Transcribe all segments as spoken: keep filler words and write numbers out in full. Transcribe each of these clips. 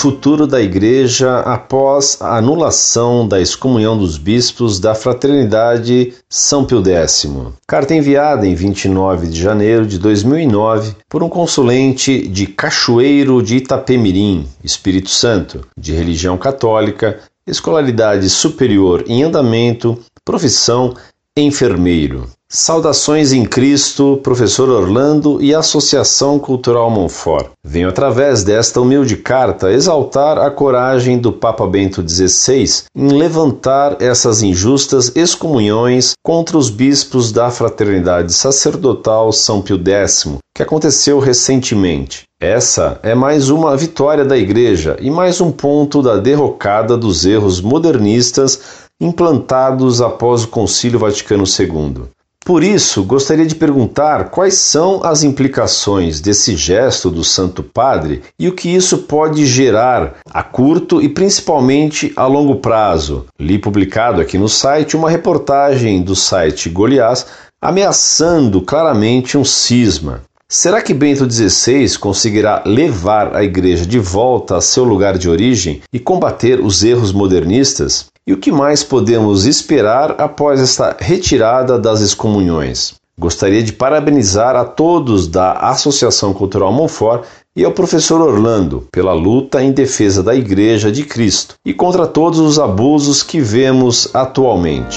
futuro da Igreja após a anulação da excomunhão dos bispos da Fraternidade São Pio X. Carta enviada em vinte e nove de janeiro de dois mil e nove por um consulente de Cachoeiro de Itapemirim, Espírito Santo, de religião católica, escolaridade superior em andamento, profissão enfermeiro. Saudações em Cristo, professor Orlando e Associação Cultural Montfort. Venho através desta humilde carta exaltar a coragem do Papa Bento dezesseis em levantar essas injustas excomunhões contra os bispos da Fraternidade Sacerdotal São Pio X, que aconteceu recentemente. Essa é mais uma vitória da Igreja e mais um ponto da derrocada dos erros modernistas implantados após o Concílio Vaticano segundo. Por isso, gostaria de perguntar quais são as implicações desse gesto do Santo Padre e o que isso pode gerar a curto e principalmente a longo prazo. Li publicado aqui no site uma reportagem do site Goliás ameaçando claramente um cisma. Será que Bento dezesseis conseguirá levar a Igreja de volta a seu lugar de origem e combater os erros modernistas? E o que mais podemos esperar após esta retirada das excomunhões? Gostaria de parabenizar a todos da Associação Cultural Montfort e ao professor Orlando pela luta em defesa da Igreja de Cristo e contra todos os abusos que vemos atualmente.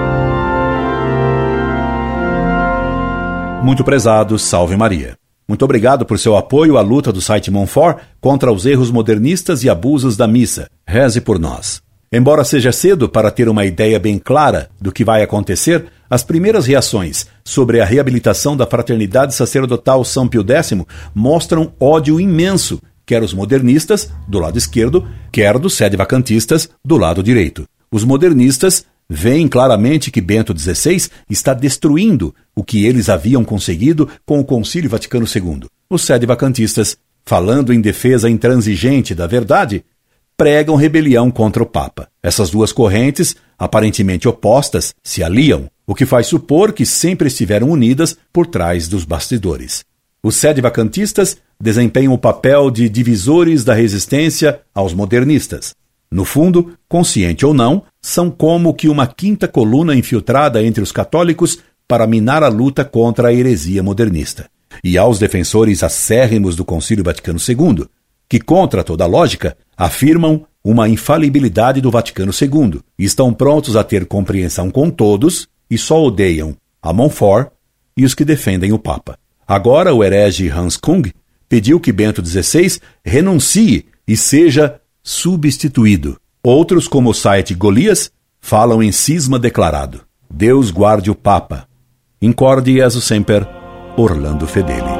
Muito prezado, salve Maria. Muito obrigado por seu apoio à luta do site Montfort contra os erros modernistas e abusos da missa. Reze por nós. Embora seja cedo para ter uma ideia bem clara do que vai acontecer, as primeiras reações sobre a reabilitação da Fraternidade Sacerdotal São Pio X mostram ódio imenso, quer os modernistas, do lado esquerdo, quer dos sedevacantistas, do lado direito. Os modernistas veem claramente que Bento dezesseis está destruindo o que eles haviam conseguido com o Concílio Vaticano segundo. Os sedevacantistas, falando em defesa intransigente da verdade, pregam rebelião contra o Papa. Essas duas correntes, aparentemente opostas, se aliam, o que faz supor que sempre estiveram unidas por trás dos bastidores. Os sedevacantistas desempenham o papel de divisores da resistência aos modernistas. No fundo, consciente ou não, são como que uma quinta coluna infiltrada entre os católicos para minar a luta contra a heresia modernista. E aos defensores acérrimos do Concílio Vaticano segundo, que, contra toda lógica, afirmam uma infalibilidade do Vaticano segundo e estão prontos a ter compreensão com todos e só odeiam a Montfort e os que defendem o Papa. Agora o herege Hans Kung pediu que Bento dezesseis renuncie e seja substituído. Outros, como o site Golias, falam em cisma declarado. Deus guarde o Papa. Incorde Jesus Semper, Orlando Fedeli.